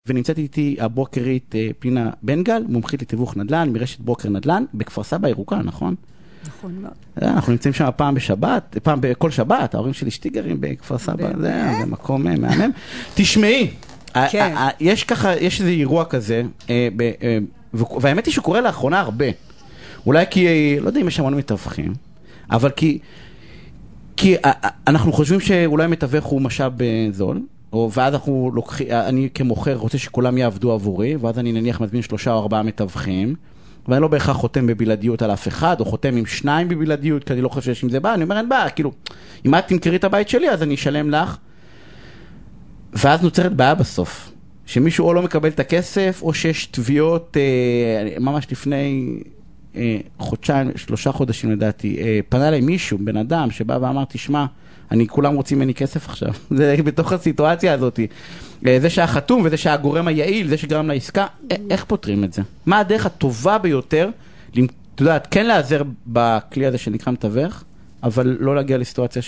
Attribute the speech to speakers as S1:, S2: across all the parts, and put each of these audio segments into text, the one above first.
S1: ונמצאת איתי הבוקרית פנינה בן גל, מומחית לתיווך נדל"ן, מרשת ברוקר נדל"ן, בכפר סבא ירוקה, נכון?
S2: נכון מאוד.
S1: אנחנו נמצאים שם פעם בשבת, פעם בכל שבת, ההורים שלי שטיגרים בכפר סבא, זה מקום מהמם. תשמעי, יש ככה, יש איזה אירוע כזה, והאמת היא שקורה לאחרונה הרבה. אולי כי, לא יודע אם יש המון מתווכים, אבל כי אנחנו חושבים שאולי מתווך הוא משאב זול, ואז אני כמוכר רוצה שכולם יעבדו עבורי, ואז אני נניח מזמין 3 או 4 מתווכים, ואני לא בהכרח חותם בבלעדיות על אף אחד, או חותם עם 2 בבלעדיות, כי אני לא חושב שיש עם זה בא, אני אומר אין בא, כאילו, אם את תמכרי את הבית שלי, אז אני אשלם לך, ואז נוצרת בעיה בסוף, שמישהו או לא מקבל את הכסף, או שיש תביעות, ממש לפני חודשיים, 3 חודשים לדעתי, פנה אליי מישהו, בן אדם, שבא ואמר, תשמע, כולם רוצים ממני כסף עכשיו. זה בתוך הסיטואציה הזאת. זה שהיה חתום וזה שהיה הגורם היעיל, זה שגרם לעסקה, איך פותרים את זה? מה הדרך הטובה ביותר, אתה יודעת, כן לעזר בכלי הזה שנקרא מתווך, אבל לא להגיע לסיטואציה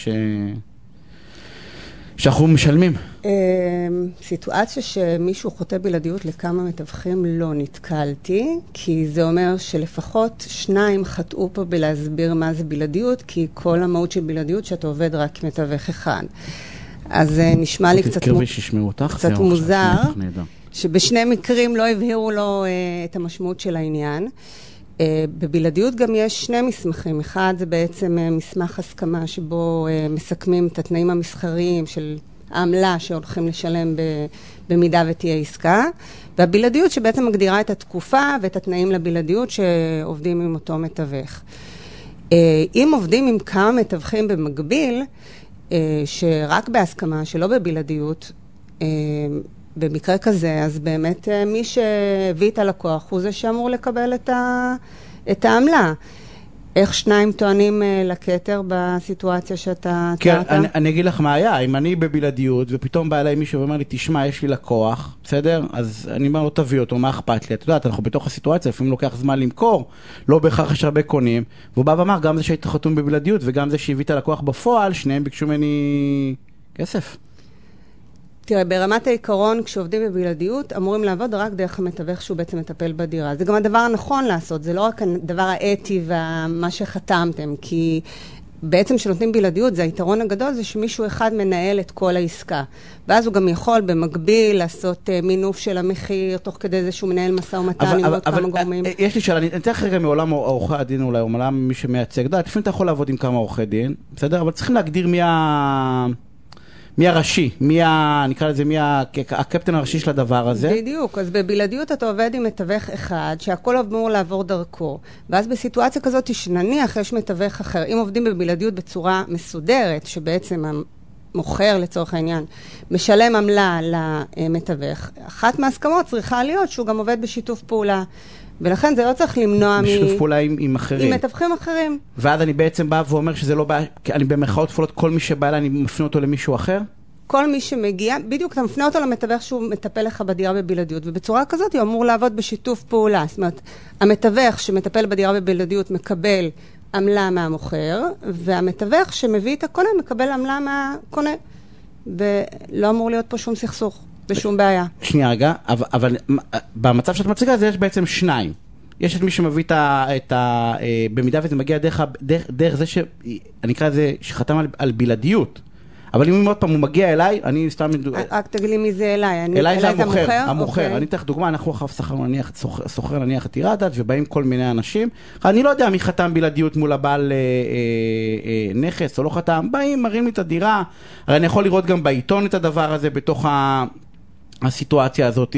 S1: שאנחנו משלמים.
S2: סיטואציה שמישהו חוטא בלעדיות לכמה מתווכים לא נתקלתי, כי זה אומר שלפחות 2 חטאו פה בלהסביר מה זה בלעדיות, כי כל המהות של בלעדיות שאתה עובד רק מתווך אחד. אז נשמע לי קצת מוזר, שבשני מקרים לא הבהירו לו את המשמעות של העניין. בבלעדיות גם יש 2 מסמכים. אחד זה בעצם מסמך הסכמה שבו מסכמים את התנאים המסחריים של העמלה שהולכים לשלם במידה ותהיה עסקה, והבלעדיות שבעצם מגדירה את התקופה ואת התנאים לבלעדיות שעובדים עם אותו מתווך. אם עובדים עם כמה מתווכים במקביל, שרק בהסכמה, שלא בבלעדיות, במקרה כזה, אז באמת מי שהביא את הלקוח הוא זה שאמור לקבל את העמלה. איך 2 טוענים לכתר בסיטואציה שאתה...
S1: כן, אני אגיד לך מה היה. אם אני בבלעדיות ופתאום בא אליי מישהו ואומר לי, תשמע, יש לי לקוח, בסדר? אז אני אומר לו, תביא אותו, מה אכפת לי? אתה יודע, אנחנו בתוך הסיטואציה, לפעמים לוקח זמן למכור, לא בהכרח יש הרבה קונים, והוא בא ואמר, גם זה שהיית חתום בבלעדיות וגם זה שהביא את הלקוח בפועל, שניהם ביקשו ממני כסף.
S2: תראה, ברמת העיקרון, כשעובדים בבלעדיות, אמורים לעבוד רק דרך המתווך שהוא בעצם מטפל בדירה. זה גם הדבר הנכון לעשות, זה לא רק הדבר האתי ומה שחתמתם, כי בעצם כשנותנים בלעדיות, זה היתרון הגדול, זה שמישהו אחד מנהל את כל העסקה. ואז הוא גם יכול במקביל לעשות מינוף של המחיר, תוך כדי זה שהוא מנהל משא ומתן עם עוד כמה גורמים.
S1: יש לי שאלה, אני אתן לך רגע מעולם עורכי הדין אולי, או מעולם מי שמייצג. לפעמים אתה יכול לעבוד עם כמה עורכי דין, בסדר? אבל צריכים להגדיר מי הראשי, נקרא לזה, מי הקפטן הראשי של הדבר הזה.
S2: בדיוק, אז בבלעדיות אתה עובד עם מתווך אחד, שהכל אמור לעבור דרכו, ואז בסיטואציה כזאת שנניח יש מתווך אחר, אם עובדים בבלעדיות בצורה מסודרת, שבעצם המוכר לצורך העניין, משלם עמלה למתווך, אחת מההסכמות צריכה להיות שהוא גם עובד בשיתוף פעולה, ולכן זה לא צריך למנוע
S1: בשיתוף פעולה עם אחרים.
S2: עם מתווכים אחרים.
S1: ואז אני בעצם בא ואומר שזה לא בא, אני במרכאות כפולות, כל מי שבא אליי, אני מפנה אותו למישהו אחר?
S2: כל מי שמגיע, בדיוק אתה מפנה אותו למתווך שהוא מטפל לך בדירה בבלעדיות, ובצורה כזאת הוא אמור לעבוד בשיתוף פעולה. זאת אומרת, המתווך שמטפל בדירה בבלעדיות מקבל עמלה מהמוכר, והמתווך שמביא את הקונה מקבל עמלה מהקונה. ולא אמור להיות פה שום סכסוך. בשום בעיה.
S1: שנייה רגע, אבל במצב שאת מציגה זה יש בעצם 2. יש את מי שמביא במידה וזה מגיע דרך זה אני אקרא לזה שחתם על בלעדיות. אבל אם עוד פעם הוא מגיע אליי, אני סתם...
S2: רק תגלי מי זה אליי.
S1: אליי זה המוכר. אני אתך דוגמה, אנחנו אחר סוחר נניח את עירת דת, ובאים כל מיני אנשים. אני לא יודע מי חתם בלעדיות מול הבעל נכס או לא חתם. באים, מראים לי את הדירה. הרי אני יכול לראות גם בעיתון את הדבר הזה בתוך הסיטואציה הזאת.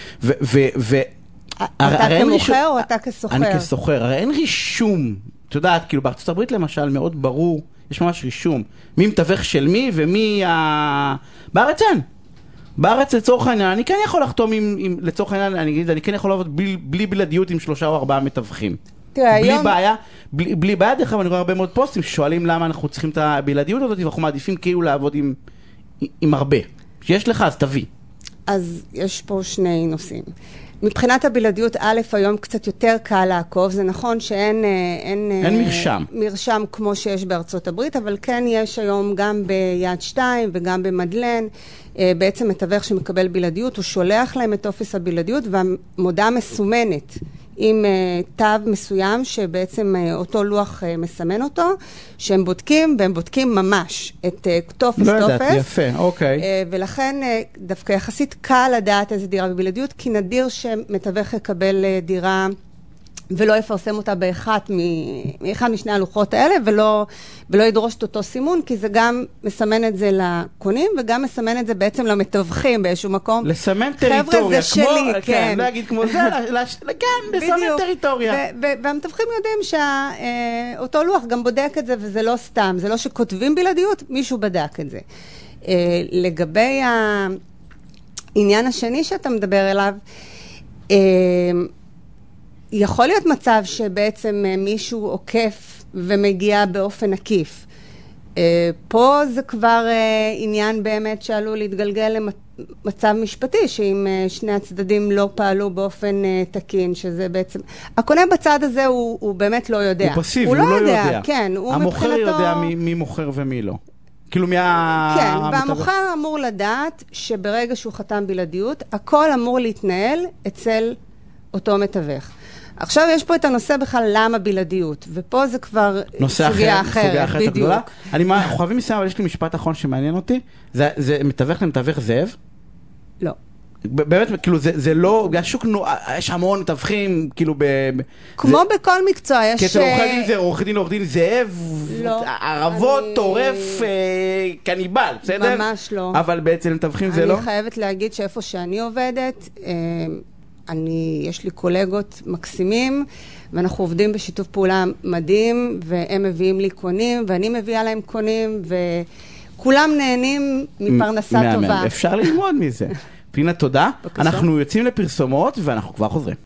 S2: אתה כמוכר או אתה כסוחר?
S1: אני כסוחר. הרי אין רישום. אתה יודעת, כאילו בארצות הברית למשל מאוד ברור, יש ממש רישום. מי מתווך של מי ומי בארץ אין. בארץ לצורך העניין, אני כן יכול לחתום לצורך העניין, אני כן יכול לעבוד בלי בלעדיות עם 3 או 4 מתווכים. בלי בעיה, דרך כלל אני רואה הרבה מאוד פוסטים ששואלים למה אנחנו צריכים את הבלעדיות הזאת, ואנחנו מעדיפים כאילו לעבוד עם הרבה. שיש לך, אז תביא.
S2: אז יש פה 2 נושאים. מבחינת הבלעדיות, א', היום קצת יותר קל לעקוב, זה נכון שאין מרשם כמו שיש בארצות הברית, אבל כן יש היום גם ביד 2 וגם במדלן, בעצם מתווך שמקבל בלעדיות, הוא שולח להם את טופס הבלעדיות, והמודעה מסומנת עם תו מסוים שבעצם אותו לוח מסמן אותו, שהם בודקים, והם בודקים ממש את טופס.
S1: לא ידעתי, יפה, אוקיי.
S2: ולכן דווקא יחסית קל לדעת איזה דירה בבלעדיות, כי נדיר שמתווך יקבל דירה ולא יפרסם אותה מאחד משני הלוחות האלה, ולא ידרוש את אותו סימון, כי זה גם מסמן את זה לקונים, וגם מסמן את זה בעצם למתווכים באיזשהו מקום.
S1: לסמן טריטוריה.
S2: חבר'ה, זה שלי, כן.
S1: לא אגיד כמו זה, כן, לסמן טריטוריה.
S2: והמתווכים יודעים שאותו לוח גם בודק את זה, וזה לא סתם, זה לא שכותבים בלעדיות, מישהו בדק את זה. לגבי העניין השני שאתה מדבר אליו, יכול להיות מצב שבעצם מישהו עוקף ומגיע באופן עקיף. פה זה כבר עניין באמת שעלול להתגלגל למצב משפטי, שאם שני הצדדים לא פעלו באופן תקין, שזה בעצם... הקונה בצד הזה הוא באמת לא יודע.
S1: הוא פסיבי, הוא לא יודע.
S2: כן, הוא
S1: המוכר יודע מי מוכר ומי לא. כאילו
S2: כן, והמוכר אמור לדעת שברגע שהוא חתם בלעדיות, הכל אמור להתנהל אצל אותו מתווך. עכשיו יש פה את הנושא בכלל למה בלעדיות, ופה זה כבר סוגיה אחרת, בדיוק.
S1: אני חייבים מסיים, אבל יש לי משפט אחרון שמעניין אותי, זה מתווך למתווך זאב?
S2: לא.
S1: באמת, כאילו, זה לא, השוק, יש המון מתווכים, כאילו,
S2: כמו בכל מקצוע, יש...
S1: כי אצל עורך דין זאב, ערבות, טורף, קניבל, בסדר?
S2: ממש לא.
S1: אבל בעצם מתווכים זה לא?
S2: אני חייבת להגיד שאיפה שאני עובדת, יש לי קולגות מקסימים, ואנחנו עובדים בשיתוף פעולה מדהים, והם מביאים לי קונים, ואני מביאה להם קונים, וכולם נהנים מפרנסה טובה.
S1: אפשר ללמוד מזה. פנינה, תודה. אנחנו יוצאים לפרסומות, ואנחנו כבר חוזרים.